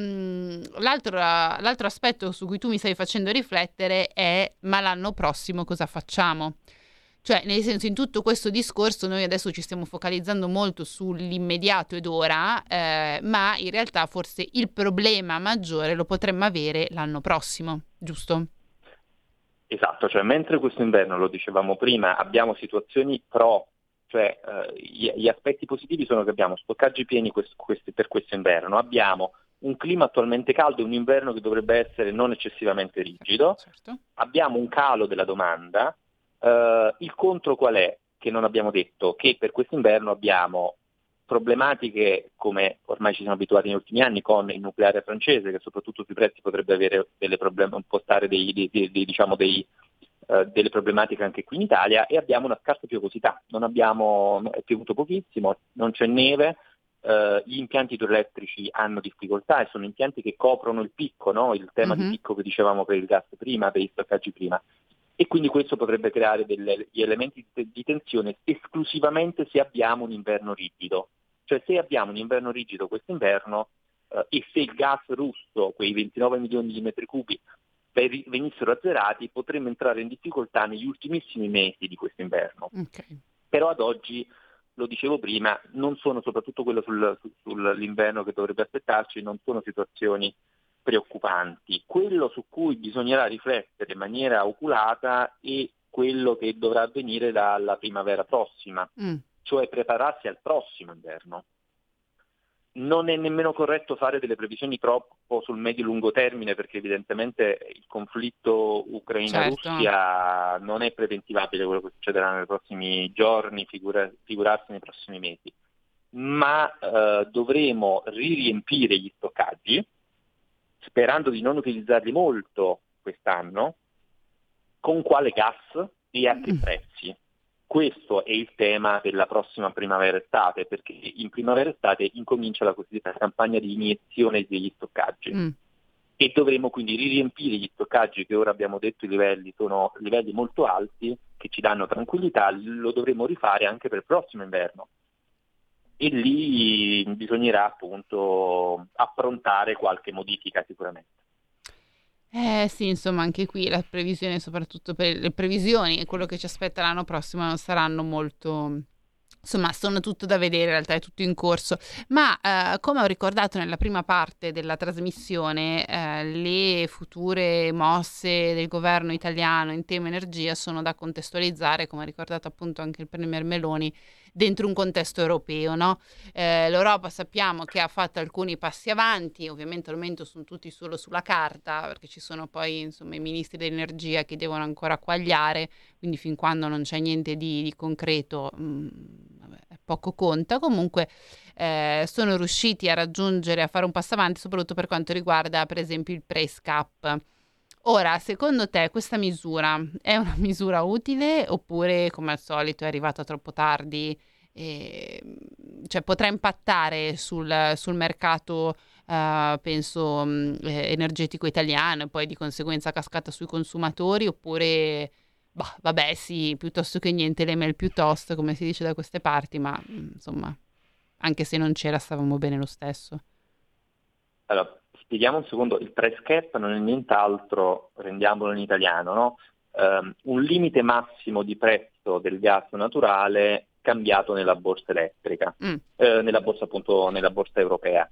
L'altro aspetto su cui tu mi stai facendo riflettere è: ma l'anno prossimo cosa facciamo? Cioè, nel senso, in tutto questo discorso noi adesso ci stiamo focalizzando molto sull'immediato ed ora, ma in realtà forse il problema maggiore lo potremmo avere l'anno prossimo, giusto? Esatto, cioè mentre questo inverno, lo dicevamo prima, abbiamo situazioni cioè gli aspetti positivi sono che abbiamo stoccaggi pieni per questo inverno, abbiamo un clima attualmente caldo e un inverno che dovrebbe essere non eccessivamente rigido, certo. Abbiamo un calo della domanda. Il contro qual è? Che non abbiamo detto che per quest'inverno abbiamo problematiche, come ormai ci siamo abituati negli ultimi anni, con il nucleare francese, che soprattutto sui prezzi potrebbe avere delle delle problematiche anche qui in Italia, e abbiamo una scarsa piovosità, è piovuto pochissimo, non c'è neve, gli impianti idroelettrici hanno difficoltà e sono impianti che coprono il picco, no? Il tema di picco che dicevamo per il gas prima, per gli stoccaggi prima. E quindi questo potrebbe creare degli elementi di tensione esclusivamente se abbiamo un inverno rigido. Cioè se abbiamo un inverno rigido quest'inverno e se il gas russo, quei 29 milioni di metri cubi, venissero azzerati, potremmo entrare in difficoltà negli ultimissimi mesi di quest'inverno. Okay. Però ad oggi, lo dicevo prima, non sono, soprattutto quello sull'inverno che dovrebbe aspettarci, non sono situazioni preoccupanti. Quello su cui bisognerà riflettere in maniera oculata è quello che dovrà avvenire dalla primavera prossima, cioè prepararsi al prossimo inverno. Non è nemmeno corretto fare delle previsioni troppo sul medio-lungo termine, perché evidentemente il conflitto Ucraina-Russia non è preventivabile quello che succederà nei prossimi giorni, figurarsi nei prossimi mesi. Ma dovremo riempire gli stoccaggi, sperando di non utilizzarli molto quest'anno. Con quale gas e a che prezzi? Questo è il tema della prossima primavera-estate, perché in primavera-estate incomincia la cosiddetta campagna di iniezione degli stoccaggi. e dovremo quindi riempire gli stoccaggi, che ora abbiamo detto i livelli sono livelli molto alti, che ci danno tranquillità, lo dovremo rifare anche per il prossimo inverno. E lì bisognerà appunto approntare qualche modifica sicuramente. Sì, insomma, anche qui la previsione, soprattutto per le previsioni e quello che ci aspetta l'anno prossimo, non saranno molto... Insomma, sono tutto da vedere, in realtà è tutto in corso. Ma come ho ricordato nella prima parte della trasmissione, le future mosse del governo italiano in tema energia sono da contestualizzare, come ha ricordato appunto anche il Premier Meloni, dentro un contesto europeo, no? L'Europa sappiamo che ha fatto alcuni passi avanti, ovviamente al momento sono tutti solo sulla carta, perché ci sono poi insomma i ministri dell'energia che devono ancora quagliare, quindi fin quando non c'è niente di concreto poco conta. Comunque sono riusciti a fare un passo avanti, soprattutto per quanto riguarda per esempio il price cap. Ora, secondo te questa misura è una misura utile oppure come al solito è arrivata troppo tardi? Cioè potrà impattare sul mercato penso energetico italiano e poi di conseguenza cascata sui consumatori, oppure vabbè sì, piuttosto che niente l'email piuttosto, come si dice da queste parti, ma insomma anche se non c'era stavamo bene lo stesso. Allora, spieghiamo un secondo, il price cap non è nient'altro, rendiamolo in italiano, no? Un limite massimo di prezzo del gas naturale cambiato nella borsa elettrica, nella borsa europea.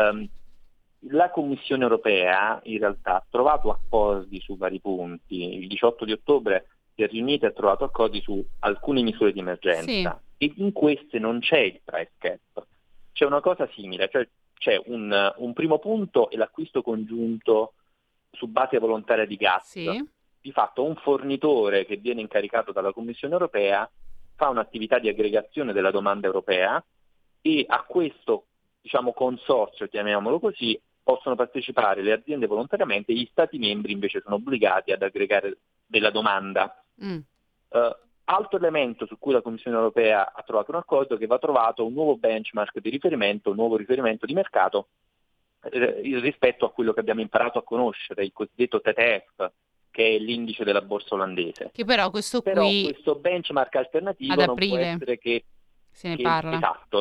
La Commissione europea in realtà ha trovato accordi su vari punti. Il 18 di ottobre si è riunita e ha trovato accordi su alcune misure di emergenza, e in queste non c'è il price cap. C'è una cosa simile, cioè c'è un primo punto, è l'acquisto congiunto su base volontaria di gas. Sì. Di fatto un fornitore che viene incaricato dalla Commissione europea fa un'attività di aggregazione della domanda europea, e a questo consorzio, chiamiamolo così, possono partecipare le aziende volontariamente, gli Stati membri invece sono obbligati ad aggregare della domanda. Altro elemento su cui la Commissione europea ha trovato un accordo è che va trovato un nuovo benchmark di riferimento, un nuovo riferimento di mercato rispetto a quello che abbiamo imparato a conoscere, il cosiddetto TTF, che è l'indice della borsa olandese. Che però questo benchmark alternativo ad aprile non può essere che se ne parla. Esatto,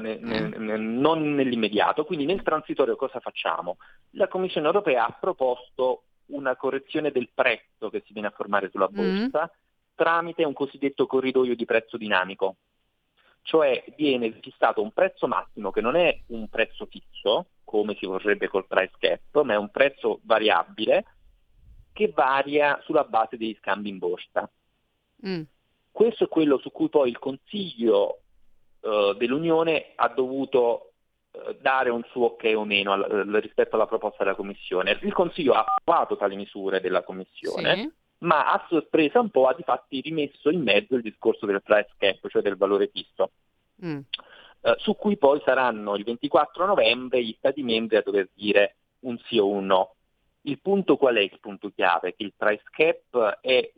non nell'immediato. Quindi nel transitorio cosa facciamo? La Commissione europea ha proposto una correzione del prezzo che si viene a formare sulla borsa tramite un cosiddetto corridoio di prezzo dinamico. Cioè viene fissato un prezzo massimo che non è un prezzo fisso, come si vorrebbe col price cap, ma è un prezzo variabile che varia sulla base degli scambi in borsa. Questo è quello su cui poi il Consiglio dell'Unione ha dovuto dare un suo ok o meno rispetto alla proposta della Commissione. Il Consiglio ha approvato tali misure della Commissione, ma a sorpresa un po' ha di fatti rimesso in mezzo il discorso del price cap, cioè del valore fisso, su cui poi saranno il 24 novembre gli Stati membri a dover dire un sì o un no. Il punto qual è il punto chiave? Che il price cap è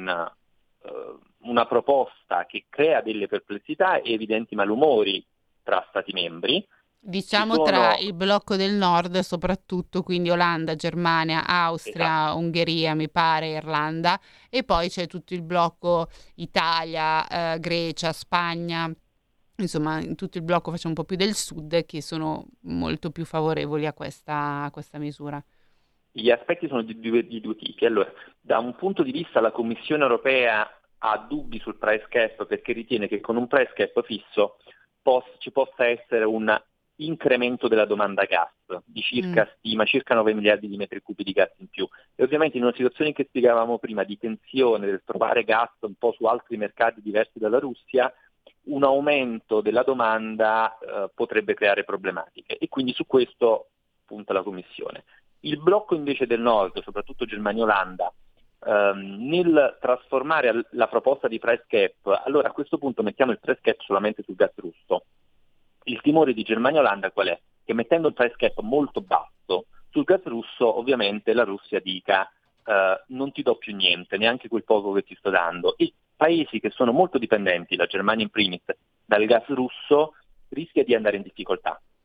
una proposta che crea delle perplessità e evidenti malumori tra Stati membri. Tra il blocco del nord soprattutto, quindi Olanda, Germania, Austria, Ungheria, mi pare, Irlanda, e poi c'è tutto il blocco Italia, Grecia, Spagna, insomma in tutto il blocco facciamo un po' più del sud, che sono molto più favorevoli a questa misura. Gli aspetti sono di due tipi. Allora, da un punto di vista la Commissione europea ha dubbi sul price cap perché ritiene che con un price cap fisso ci possa essere un incremento della domanda gas di circa 9 miliardi di metri cubi di gas in più, e ovviamente in una situazione che spiegavamo prima di tensione del trovare gas un po' su altri mercati diversi dalla Russia, un aumento della domanda potrebbe creare problematiche, e quindi su questo punta la Commissione. Il blocco invece del nord, soprattutto Germania e Olanda, nel trasformare la proposta di price cap, allora a questo punto mettiamo il price cap solamente sul gas russo. Il timore di Germania e Olanda qual è? Che mettendo il price cap molto basso sul gas russo, ovviamente la Russia dica non ti do più niente, neanche quel poco che ti sto dando. E paesi che sono molto dipendenti, la Germania in primis, dal gas russo, rischia di andare in difficoltà.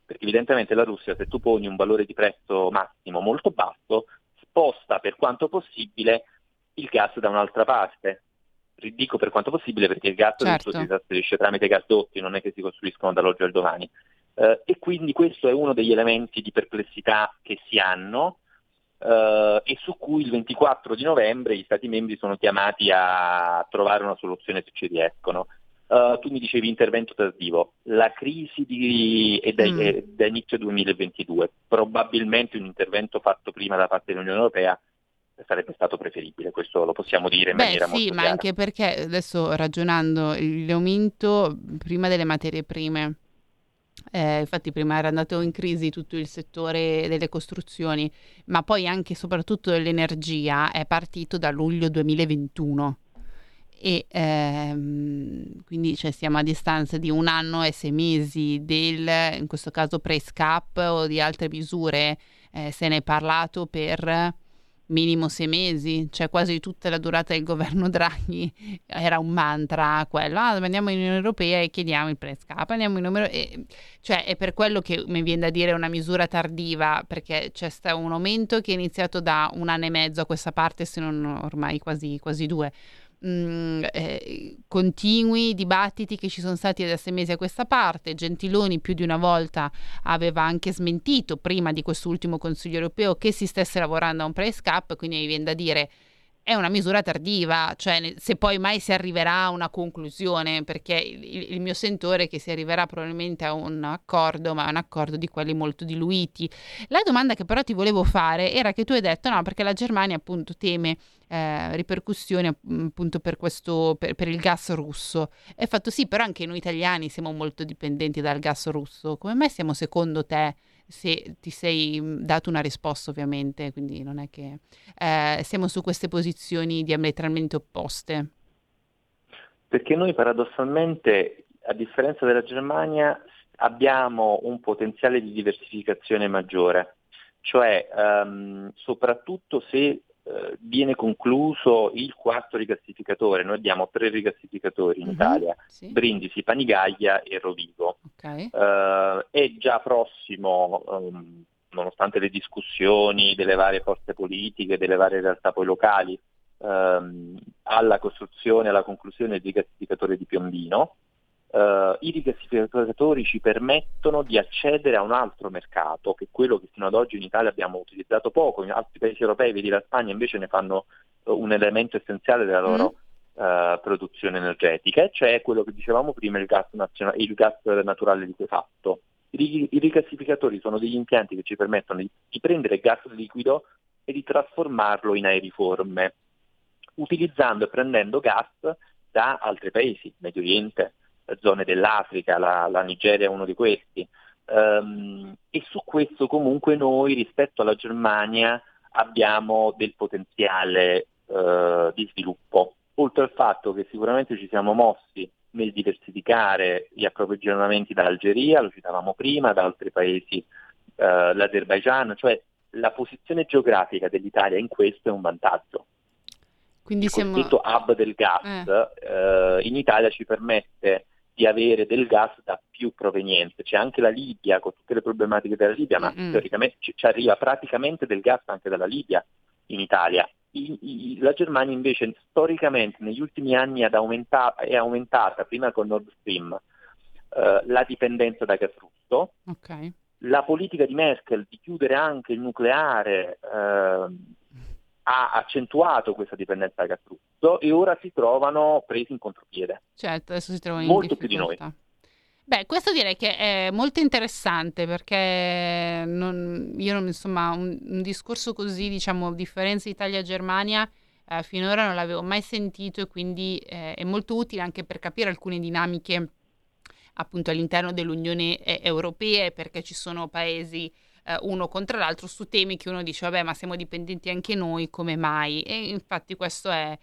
perché evidentemente la Russia, se tu poni un valore di prezzo massimo molto basso, sposta per quanto possibile il gas da un'altra parte. Dico per quanto possibile perché il gas Certo. si trasferisce tramite gasdotti, non è che si costruiscono dall'oggi al domani. E quindi questo è uno degli elementi di perplessità che si hanno e su cui il 24 di novembre gli Stati membri sono chiamati a trovare una soluzione se ci riescono. Tu mi dicevi intervento tardivo, la crisi è da inizio 2022, probabilmente un intervento fatto prima da parte dell'Unione Europea sarebbe stato preferibile, questo lo possiamo dire in maniera molto ma chiara. anche perché adesso ragionando l'aumento prima delle materie prime, infatti prima era andato in crisi tutto il settore delle costruzioni, ma poi anche e soprattutto dell'energia è partito da luglio 2021 e quindi siamo a distanza di 1 anno e 6 mesi in questo caso price cap o di altre misure, se ne è parlato per minimo 6 mesi, cioè quasi tutta la durata del governo Draghi era un mantra quello, andiamo in Unione Europea e chiediamo il price cap, andiamo in numero, cioè è per quello che mi viene da dire una misura tardiva, perché c'è stato un aumento che è iniziato da 1 anno e mezzo a questa parte, se non ormai quasi 2. Continui dibattiti che ci sono stati da 6 mesi a questa parte. Gentiloni più di una volta aveva anche smentito prima di quest'ultimo Consiglio europeo che si stesse lavorando a un price cap, quindi mi viene da dire è una misura tardiva, cioè se poi mai si arriverà a una conclusione, perché il mio sentore è che si arriverà probabilmente a un accordo, ma un accordo di quelli molto diluiti. La domanda che però ti volevo fare era che tu hai detto no, perché la Germania appunto teme ripercussioni appunto per questo per il gas russo. È fatto sì, però anche noi italiani siamo molto dipendenti dal gas russo. Come mai siamo secondo te, se ti sei dato una risposta ovviamente, quindi non è che siamo su queste posizioni diametralmente opposte? Perché noi paradossalmente, a differenza della Germania, abbiamo un potenziale di diversificazione maggiore, cioè soprattutto se viene concluso il 4º rigassificatore, noi abbiamo 3 rigassificatori in Italia, sì. Brindisi, Panigaglia e Rovigo. Okay. È già prossimo, nonostante le discussioni delle varie forze politiche, delle varie realtà poi locali, alla costruzione, alla conclusione del rigassificatore di Piombino. I rigassificatori ci permettono di accedere a un altro mercato, che è quello che fino ad oggi in Italia abbiamo utilizzato poco. In altri paesi europei, vedi la Spagna, invece ne fanno un elemento essenziale della loro produzione energetica, cioè quello che dicevamo prima, il gas naturale liquefatto. I rigassificatori sono degli impianti che ci permettono di prendere gas liquido e di trasformarlo in aeriforme, utilizzando e prendendo gas da altri paesi, Medio Oriente, zone dell'Africa, la Nigeria è uno di questi, e su questo comunque noi rispetto alla Germania abbiamo del potenziale di sviluppo, oltre al fatto che sicuramente ci siamo mossi nel diversificare gli approvvigionamenti dall'Algeria, lo citavamo prima, da altri paesi, l'Azerbaigian, cioè la posizione geografica dell'Italia in questo è un vantaggio. Quindi il cosiddetto hub del gas in Italia ci permette di avere del gas da più provenienze. C'è anche la Libia, con tutte le problematiche della Libia, ma teoricamente ci arriva praticamente del gas anche dalla Libia in Italia. La Germania invece storicamente negli ultimi anni è aumentata, prima con Nord Stream, la dipendenza da gas russo. Okay. La politica di Merkel di chiudere anche il nucleare ha accentuato questa dipendenza da gas russo e ora si trovano presi in contropiede. Certo, adesso si trovano in molto difficoltà. più di noi. Beh, questo direi che è molto interessante perché insomma un discorso così, diciamo, differenza Italia-Germania finora non l'avevo mai sentito e quindi è molto utile anche per capire alcune dinamiche appunto all'interno dell'Unione Europea, perché ci sono paesi uno contro l'altro su temi che uno dice vabbè, ma siamo dipendenti anche noi, come mai? E infatti questo è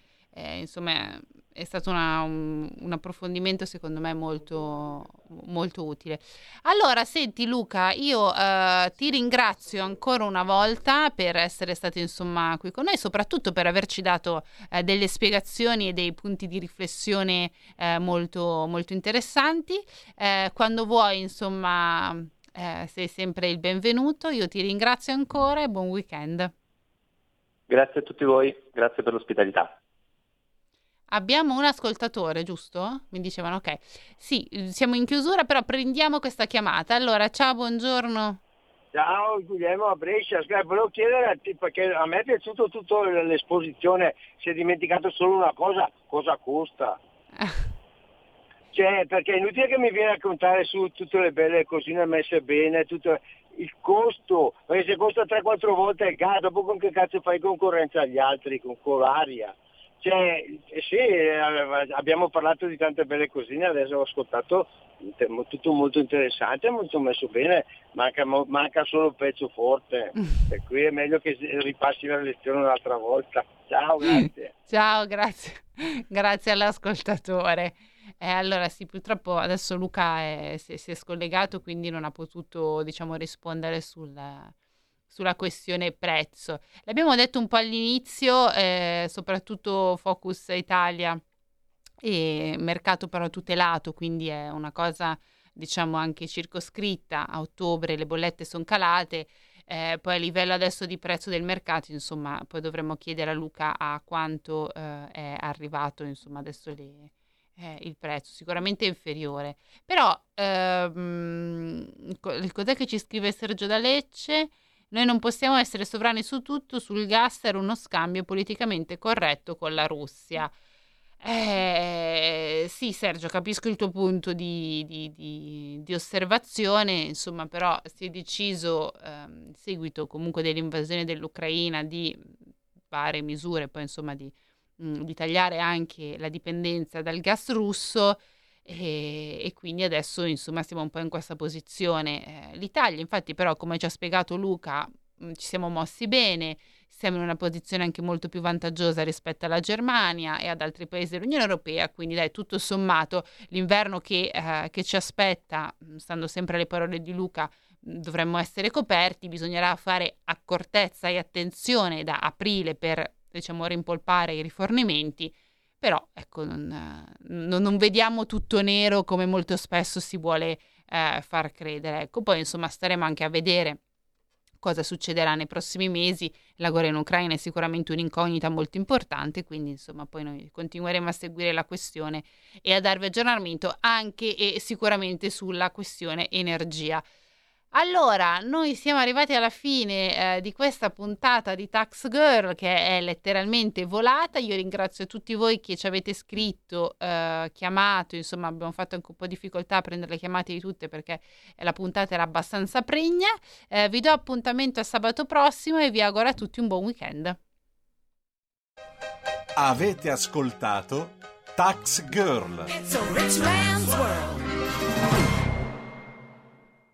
stato un approfondimento secondo me molto, molto utile. Allora, senti Luca, io ti ringrazio ancora una volta per essere stato insomma qui con noi, soprattutto per averci dato delle spiegazioni e dei punti di riflessione molto, molto interessanti. Quando vuoi insomma sei sempre il benvenuto. Io ti ringrazio ancora e buon weekend. Grazie a tutti voi, grazie per l'ospitalità. Abbiamo un ascoltatore, giusto? Mi dicevano, ok. Sì, siamo in chiusura, però prendiamo questa chiamata. Allora, ciao, buongiorno. Ciao, Guglielmo a Brescia. Volevo chiedere, perché a me è piaciuto tutta l'esposizione, si è dimenticato solo una cosa costa? Cioè, perché è inutile che mi viene a raccontare su tutte le belle cosine messe bene, tutto il costo, perché se costa 3-4 volte il gas, dopo con che cazzo fai concorrenza agli altri, con l'aria? Cioè, sì, abbiamo parlato di tante belle cosine, adesso ho ascoltato tutto molto interessante, molto messo bene, manca solo il pezzo forte, per cui è meglio che ripassi la lezione un'altra volta. Ciao, grazie. Ciao, grazie all'ascoltatore. Allora sì, purtroppo adesso Luca si è scollegato, quindi non ha potuto, diciamo, rispondere sulla questione prezzo. L'abbiamo detto un po' all'inizio, soprattutto Focus Italia e mercato però tutelato, quindi è una cosa, diciamo, anche circoscritta. A ottobre le bollette sono calate, poi a livello adesso di prezzo del mercato, insomma, poi dovremmo chiedere a Luca a quanto è arrivato, insomma, adesso il prezzo, sicuramente inferiore. Però cos'è che ci scrive Sergio da Lecce? Noi non possiamo essere sovrani su tutto, sul gas era uno scambio politicamente corretto con la Russia. Sì, Sergio, capisco il tuo punto di osservazione, insomma, però si è deciso, in seguito comunque dell'invasione dell'Ucraina, di varie misure, poi insomma di tagliare anche la dipendenza dal gas russo, e quindi adesso insomma siamo un po' in questa posizione. L'Italia infatti però, come ci ha spiegato Luca, ci siamo mossi bene, siamo in una posizione anche molto più vantaggiosa rispetto alla Germania e ad altri paesi dell'Unione Europea, quindi dai, tutto sommato l'inverno che ci aspetta, stando sempre alle parole di Luca, dovremmo essere coperti. Bisognerà fare accortezza e attenzione da aprile per, diciamo, rimpolpare i rifornimenti, però ecco, non vediamo tutto nero come molto spesso si vuole far credere. Ecco, poi insomma staremo anche a vedere cosa succederà nei prossimi mesi. La guerra in Ucraina è sicuramente un'incognita molto importante, quindi insomma poi noi continueremo a seguire la questione e a darvi aggiornamento anche e sicuramente sulla questione energia. Allora, noi siamo arrivati alla fine di questa puntata di Tax Girl, che è letteralmente volata. Io ringrazio tutti voi che ci avete scritto, chiamato, insomma abbiamo fatto anche un po' difficoltà a prendere le chiamate di tutte perché la puntata era abbastanza pregna. Vi do appuntamento a sabato prossimo e vi auguro a tutti un buon weekend. Avete ascoltato Tax Girl. It's a rich man's world.